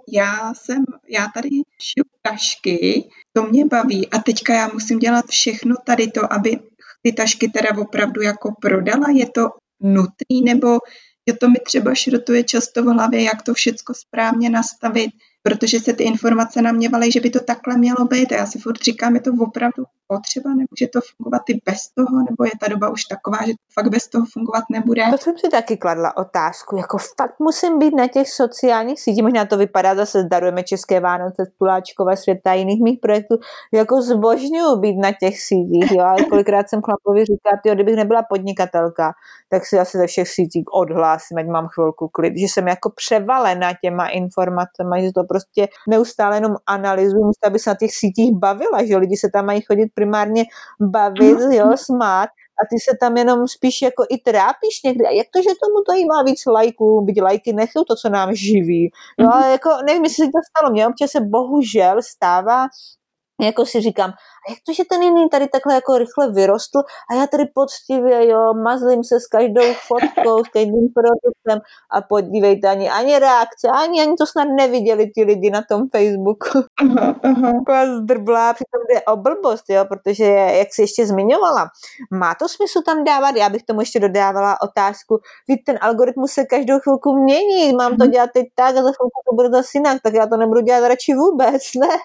já tady šiju tašky, to mě baví a teďka já musím dělat všechno tady to, aby ty tašky teda opravdu jako prodala, je to nutný, nebo je to mi třeba šrotuje často v hlavě, jak to všecko správně nastavit, protože se ty informace na mě valí, že by to takhle mělo být. A já si furt říkám, je to opravdu potřeba, nemůže to fungovat i bez toho, nebo je ta doba už taková, že to fakt bez toho fungovat nebude. To jsem si taky kladla otázku, jako fakt musím být na těch sociálních sítích, možná to vypadá, zase darujeme České Vánoce, Tuláčkové světa a jiných mých projektů, jako zbožňuju být na těch sítích, jo, a kolikrát jsem chlapovi říkala, tyjo, kdybych nebyla podnikatelka, tak si asi ze všech sítích odhlásím, ať mám chvilku klid, že jsem jako převalena těma informacemi, že to prostě neustále jenom analyzuju, místo aby se na těch sítích bavila, že lidi se tam mají chodit primárně bavit, jo, smát, a ty se tam jenom spíš jako i trápíš někdy. A jak to, že tomu to jí má víc lajků, byť lajky nechou to, co nám živí. Jo, ale jako nevím, jestli se to stalo. Mně občas se bohužel stává, jako si říkám, a jak to, že ten jiný tady takhle jako rychle vyrostl a já tady poctivě, jo, mazlím se s každou fotkou, s každým produktem a podívejte, ani reakce, ani to snad neviděli ti lidi na tom Facebooku. Taková zdrblá, přitom jde o blbost, jo, protože, jak jsi ještě zmiňovala, má to smysl tam dávat, já bych tomu ještě dodávala otázku, víte, ten algoritmus se každou chvilku mění, mám to dělat teď tak a za chvilku to bude zase jinak, tak já to nebudu dělat radši vůbec, ne?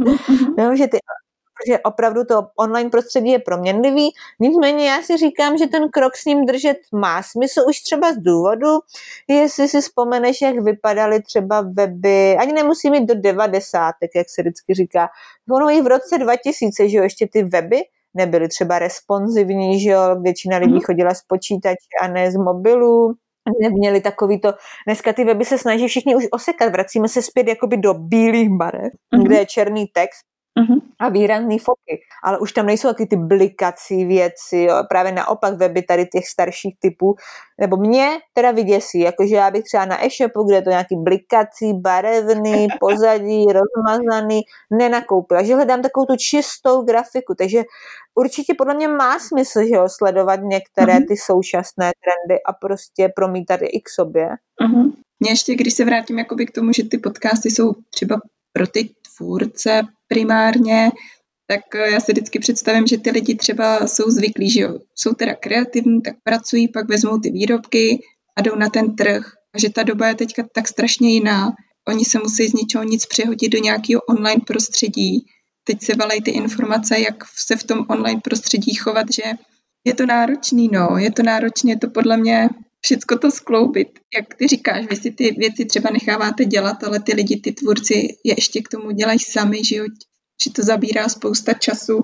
No, protože opravdu to online prostředí je proměnlivý, nicméně já si říkám, že ten krok s ním držet má smysl už třeba z důvodu, jestli si vzpomeneš, jak vypadaly třeba weby, ani nemusí mít do 90, jak se vždycky říká, ono i v roce 2000, že jo, ještě ty weby nebyly třeba responsivní, že jo, většina lidí chodila z počítače a ne z mobilů, neměli takový to, dneska ty weby se snaží všichni už osekat, vracíme se zpět jakoby do bílých barev, kde je černý text a výrazný foky, ale už tam nejsou taky ty blikací věci, jo? Právě naopak weby tady těch starších typů, nebo mě teda vyděsí, jakože já bych třeba na e-shopu, kde je to nějaký blikací, barevný, pozadí, rozmazaný, nenakoupila, že hledám takovou tu čistou grafiku, takže určitě podle mě má smysl, že jo, sledovat některé ty současné trendy a prostě promítat je i k sobě. Mě ještě, když se vrátím jakoby k tomu, že ty podcasty jsou třeba pro ty tvůrce primárně, tak já si vždycky představím, že ty lidi třeba jsou zvyklí, že jo, jsou teda kreativní, tak pracují, pak vezmou ty výrobky a jdou na ten trh. A že ta doba je teďka tak strašně jiná. Oni se musí z ničeho nic přehodit do nějakého online prostředí. Teď se valej ty informace, jak se v tom online prostředí chovat, že je to náročný, no, je to náročné, je to podle mě všecko to skloubit. Jak ty říkáš, vy si ty věci třeba necháváte dělat, ale ty lidi, ty tvůrci je ještě k tomu dělají sami, že jo, že to zabírá spousta času.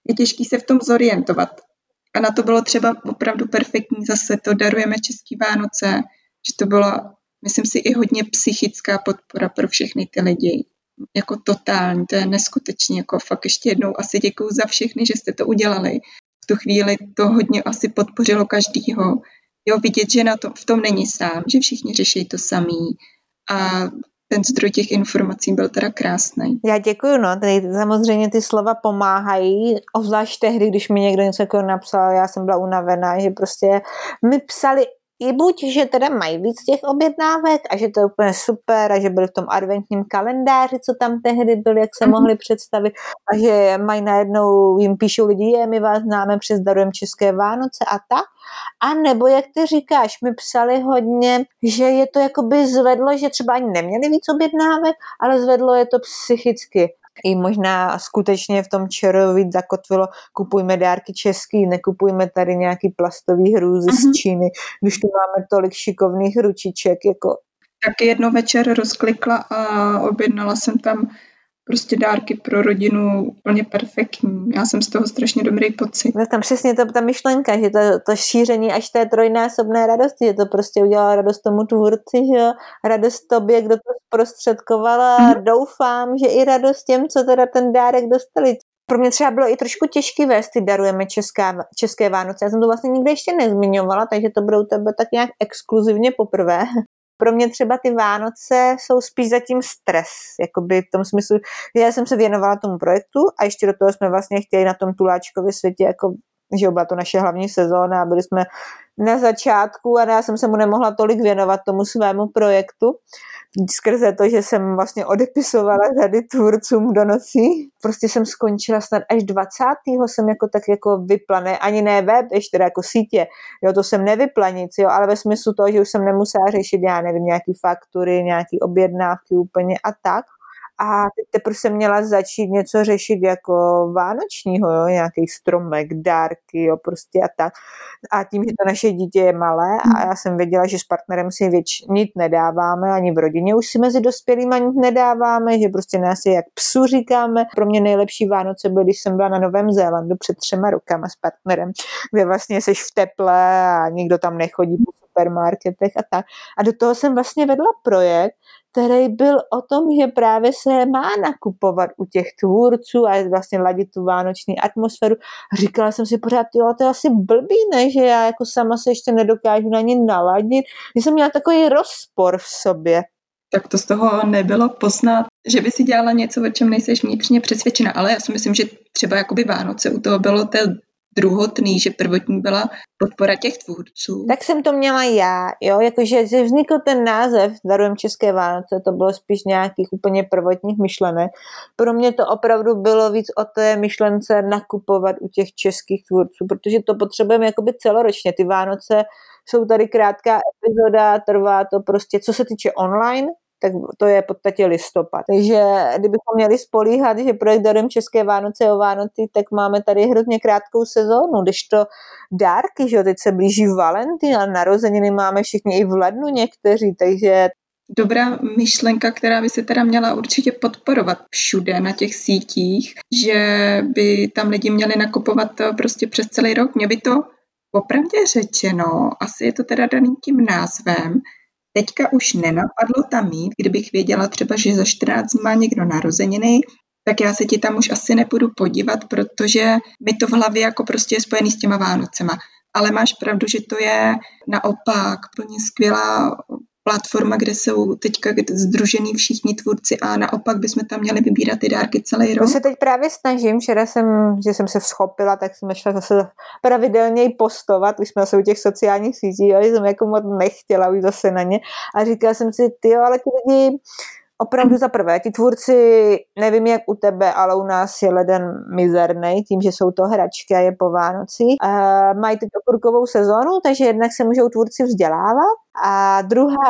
je těžký se v tom zorientovat. A na to bylo třeba opravdu perfektní zase to Darujeme český Vánoce, že to byla, myslím si, i hodně psychická podpora pro všechny ty lidi. Jako totální, to je neskutečný, jako fakt ještě jednou asi děkuju za všechny, že jste to udělali. V tu chvíli to hodně asi podpořilo každýho. Jo, vidět, že v tom není sám, že všichni řeší to samý. A ten zdroj těch informací byl teda krásný. Já děkuju, no, tady samozřejmě ty slova pomáhají, obzvlášť tehdy, když mi někdo něco jako napsal, já jsem byla unavená, že prostě mi psali i buď, že teda mají víc těch objednávek a že to je úplně super a že byli v tom adventním kalendáři, co tam tehdy byli, jak se mohli představit a že mají najednou, jim píšou lidi, my vás známe přes Darujeme české Vánoce a tak. A nebo jak ty říkáš, mi psali hodně, že je to jakoby zvedlo, že třeba ani neměli víc objednávek, ale zvedlo je to psychicky. I možná skutečně v tom ČR víc zakotvilo, kupujme dárky český, nekupujme tady nějaký plastový hrůzy z Číny, když tu máme tolik šikovných ručiček. Jako. Tak jedno večer rozklikla a objednala jsem tam prostě dárky pro rodinu úplně perfektní. Já jsem z toho strašně dobrý pocit. Tam přesně ta myšlenka, že to šíření až té trojnásobné radosti, že to prostě udělala radost tomu tvůrci, že jo? Radost tobě, kdo to zprostředkovala. Doufám, že i radost těm, co teda ten dárek dostali. Pro mě třeba bylo i trošku těžký vést ty Darujeme české Vánoce. Já jsem to vlastně nikdy ještě nezmiňovala, takže to bylo u tebe tak nějak exkluzivně poprvé. Pro mě třeba ty Vánoce jsou spíš zatím stres, jakoby v tom smyslu, že já jsem se věnovala tomu projektu a ještě do toho jsme vlastně chtěli na tom Tuláčkově světě, jako, že byla to naše hlavní sezóna a byli jsme na začátku a já jsem se mu nemohla tolik věnovat tomu svému projektu, skrze to, že jsem vlastně odepisovala řady tvůrcům do nocí. Prostě jsem skončila snad až 20. jsem jako tak jako vypla, ne, ani ne web, ještě teda jako sítě, jo, to jsem nevypla nic, jo, ale ve smyslu toho, že už jsem nemusela řešit, já nevím, nějaký faktury, nějaký objednávky úplně a tak. A teď teprve jsem měla začít něco řešit jako vánočního, jo, nějaký stromek, dárky, jo, prostě a tak. A tím, že to naše dítě je malé a já jsem věděla, že s partnerem si nic nedáváme, ani v rodině už si mezi dospělými nic nedáváme, že prostě nás je jak psu říkáme. Pro mě nejlepší Vánoce byly, když jsem byla na Novém Zélandu před 3 rokama s partnerem, kde vlastně seš v teple a nikdo tam nechodí po supermarketech a tak. A do toho jsem vlastně vedla projekt, který byl o tom, že právě se má nakupovat u těch tvůrců a vlastně ladit tu vánoční atmosféru. A říkala jsem si pořád, jo, to je asi blbý, ne, že já jako sama se ještě nedokážu na ně naladit. Že jsem měla takový rozpor v sobě. Tak to z toho nebylo poznat, že by si dělala něco, o čem nejseš vnitřně přesvědčena, ale já si myslím, že třeba jakoby Vánoce u toho bylo druhotný, že prvotní byla podpora těch tvůrců. Tak jsem to měla já, jo, jakože vznikl ten název Darujeme české Vánoce, to bylo spíš nějakých úplně prvotních myšlenek. Pro mě to opravdu bylo víc o té myšlence nakupovat u těch českých tvůrců, protože to potřebujeme jakoby celoročně. Ty Vánoce jsou tady krátká epizoda, trvá to prostě, co se týče online, tak to je v podstatě listopad. Takže kdybychom měli spolíhat, že projekt Darujeme české Vánoce o Vánoci, tak máme tady hrozně krátkou sezónu, když to dárky, že jo, teď se blíží Valentín a narozeniny máme všichni i v lednu někteří, takže dobrá myšlenka, která by se teda měla určitě podporovat všude na těch sítích, že by tam lidi měli nakupovat prostě přes celý rok. Mě by to popravdě řečeno, asi je to teda daný tím názvem, teďka už nenapadlo tam mít, kdybych věděla třeba, že za 14 dní má někdo narozeniny, tak já se ti tam už asi nepůjdu podívat, protože mi to v hlavě jako prostě je spojený s těma Vánocema. Ale máš pravdu, že to je naopak plně skvělá platforma, kde jsou teďka sdružený všichni tvůrci a naopak bychom tam měli vybírat ty dárky celý rok. To se teď právě snažím, včera že jsem se vzchopila, tak jsem šla zase pravidelněji postovat, když jsme zase u těch sociálních sítí, ale jsem jako moc nechtěla už zase na ně a říkala jsem si, ale ty lidi opravdu za prvé, ti tvůrci, nevím jak u tebe, ale u nás je leden mizernej, tím, že jsou to hračky a je po Vánocích. Mají teď okurkovou sezónu, takže jednak se můžou tvůrci vzdělávat a druhá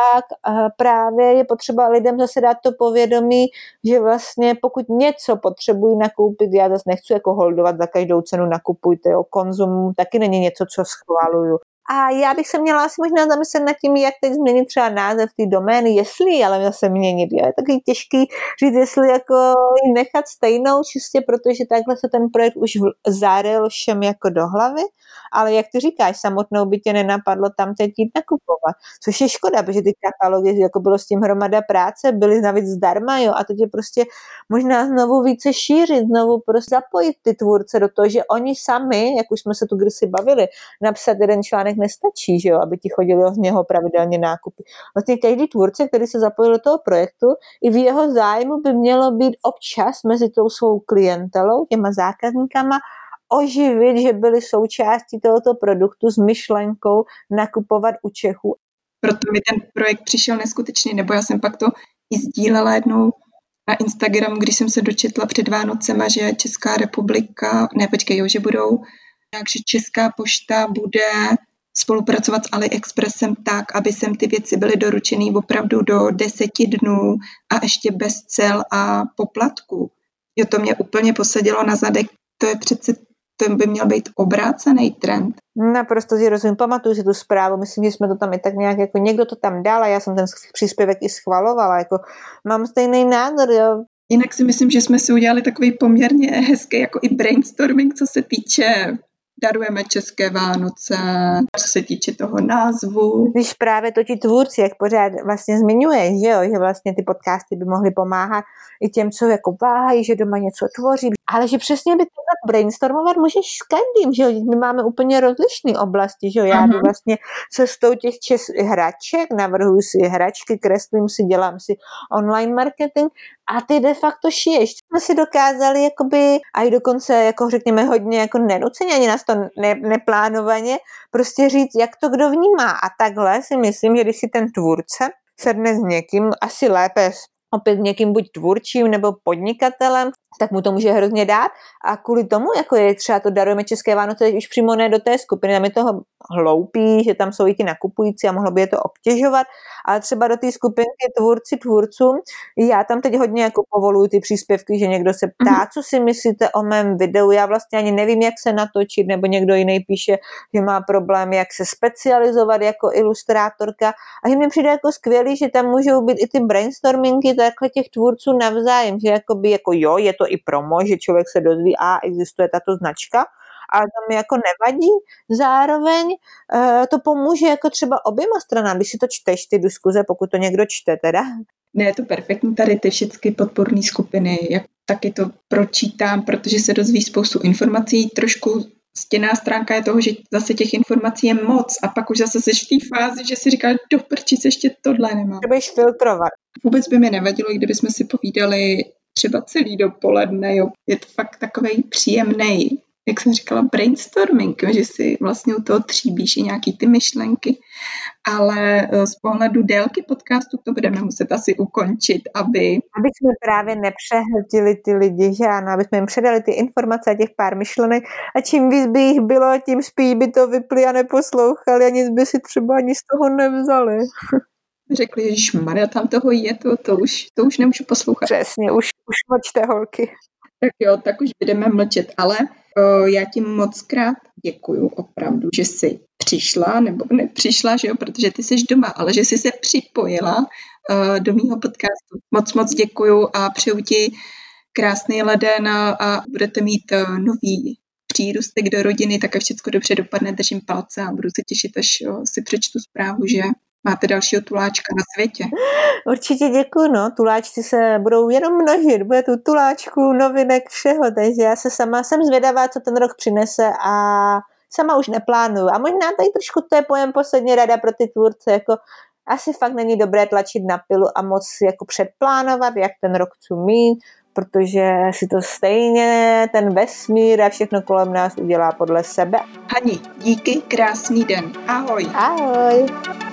právě je potřeba lidem zase dát to povědomí, že vlastně pokud něco potřebují nakoupit, já zase nechci jako holdovat za každou cenu nakupujte, jo, konzum taky není něco, co schvaluju. A já bych se měla asi možná zamyslet nad tím, jak teď změnit třeba název té domény, jestli ale zase měnit. Je taky těžký říct, jestli jako ji nechat stejnou, čistě protože takhle se ten projekt už záril všem jako do hlavy, ale jak ty říkáš, samotnou by tě nenapadlo tam teď jít nakupovat, což je škoda, protože ty katalogy, jako bylo s tím hromada práce, byly navíc zdarma, jo, a teď je prostě možná znovu více šířit, znovu prostě zapojit ty tvůrce do toho, že oni sami, jak už jsme se tu kdysi bavili, napsat jeden článek nestačí, že jo, aby ti chodili z něho pravidelně nákupy. Vlastně každý tvůrce, který se zapojil do toho projektu, i v jeho zájmu by mělo být občas mezi tou svou klientelou, těma zákazníkama, oživit, že byli součástí tohoto produktu s myšlenkou nakupovat u Čechů. Proto mi ten projekt přišel neskutečný, nebo já jsem pak to i sdílela jednou na Instagramu, když jsem se dočetla před Vánocema, že Česká republika, že budou, takže Česká pošta bude spolupracovat s AliExpressem tak, aby sem ty věci byly doručený opravdu do 10 dnů a ještě bez cel a poplatků. Jo, to mě úplně posadilo na zadek. To by měl být obrácený trend. Naprosto si rozumím, pamatuju si tu zprávu, myslím, že jsme to tam i tak nějak, jako někdo to tam dal a já jsem ten příspěvek i schvalovala, jako mám stejný názor, jo. Jinak si myslím, že jsme si udělali takový poměrně hezký jako i brainstorming, co se týče darujeme České Vánoce, co se týče toho názvu. Když právě to ti tvůrci, jak pořád vlastně zmiňuješ, že vlastně ty podcasty by mohly pomáhat i těm, co jako váhají, že doma něco tvoří, ale že přesně by to tak brainstormovat můžeš s každým, že jo, my máme úplně rozlišné oblasti, že jo, já jdu vlastně cestou těch hraček, navrhuji si hračky, kreslím si, dělám si online marketing a ty de facto šiješ. Jsme si dokázali jakoby, a i dokonce jako řekněme hodně jako nenuceně, ani nás to neplánovaně, prostě říct, jak to kdo vnímá. A takhle si myslím, že když si ten tvůrce sedne s někým, asi lépe opět někým buď tvůrčím nebo podnikatelem, tak mu to může hrozně dát a kvůli tomu, jako je třeba to darujeme České Vánoce, už přímo ne do té skupiny, tam je toho hloupý, že tam jsou i ti nakupující a mohlo by je to obtěžovat, ale třeba do té skupinky tvůrcům, já tam teď hodně jako povoluju ty příspěvky, že někdo se ptá, co si myslíte o mém videu, já vlastně ani nevím, jak se natočit, nebo někdo jiný píše, že má problém, jak se specializovat jako ilustrátorka a že mi přijde jako skvělý, že tam můžou být i ty brainstormingy takhle těch tvůrců navzájem, že jakoby, jako jo, je to i promo, že člověk se dozví, existuje tato značka, ale to mi jako nevadí. Zároveň to pomůže jako třeba oběma stranám, když si to čteš, ty diskuze, pokud to někdo čte teda. Ne, je to perfektní tady ty všechny podporné skupiny, jak taky to pročítám, protože se dozví spoustu informací, trošku stěná stránka je toho, že zase těch informací je moc a pak už zase seš v té fázi, že si říkáš, do prčic ještě tohle nemám. Budeš filtrovat. Vůbec by mi nevadilo, i kdybychom si povídali třeba celý dopoledne, jo. Je to fakt takovej příjemnej, jak jsem říkala, brainstorming, že si vlastně u toho tříbíš i nějaký ty myšlenky, ale z pohledu délky podcastu to budeme muset asi ukončit, aby jsme právě nepřehltili ty lidi, že ano, aby jsme jim předali ty informace a těch pár myšlenek a čím víc by jich bylo, tím spíš by to vypli a neposlouchali a nic by si třeba ani z toho nevzali. Řekli, ježišmarja, tam toho je, to už nemůžu poslouchat. Přesně, už mlčte, holky. Tak jo, tak už budeme mlčet, ale já ti moc krát děkuju opravdu, že jsi přišla, nebo nepřišla, že jo, protože ty jsi doma, ale že jsi se připojila do mýho podcastu. Moc děkuju a přeju ti krásný leden a budete mít nový přírůstek do rodiny, tak a všechno dobře dopadne, držím palce a budu se těšit, až si přečtu zprávu, že máte dalšího tuláčka na světě. Určitě děkuju, no. Tuláčci se budou jenom množit. Bude tu tuláčků, novinek, všeho. Takže já jsem zvědavá, co ten rok přinese a sama už neplánuju. A možná tady trošku to je pojem poslední rada pro ty tvůrce. Jako asi fakt není dobré tlačit na pilu a moc jako předplánovat, jak ten rok chci mít, protože si to stejně ten vesmír a všechno kolem nás udělá podle sebe. Hani, díky, krásný den. Ahoj. Ahoj.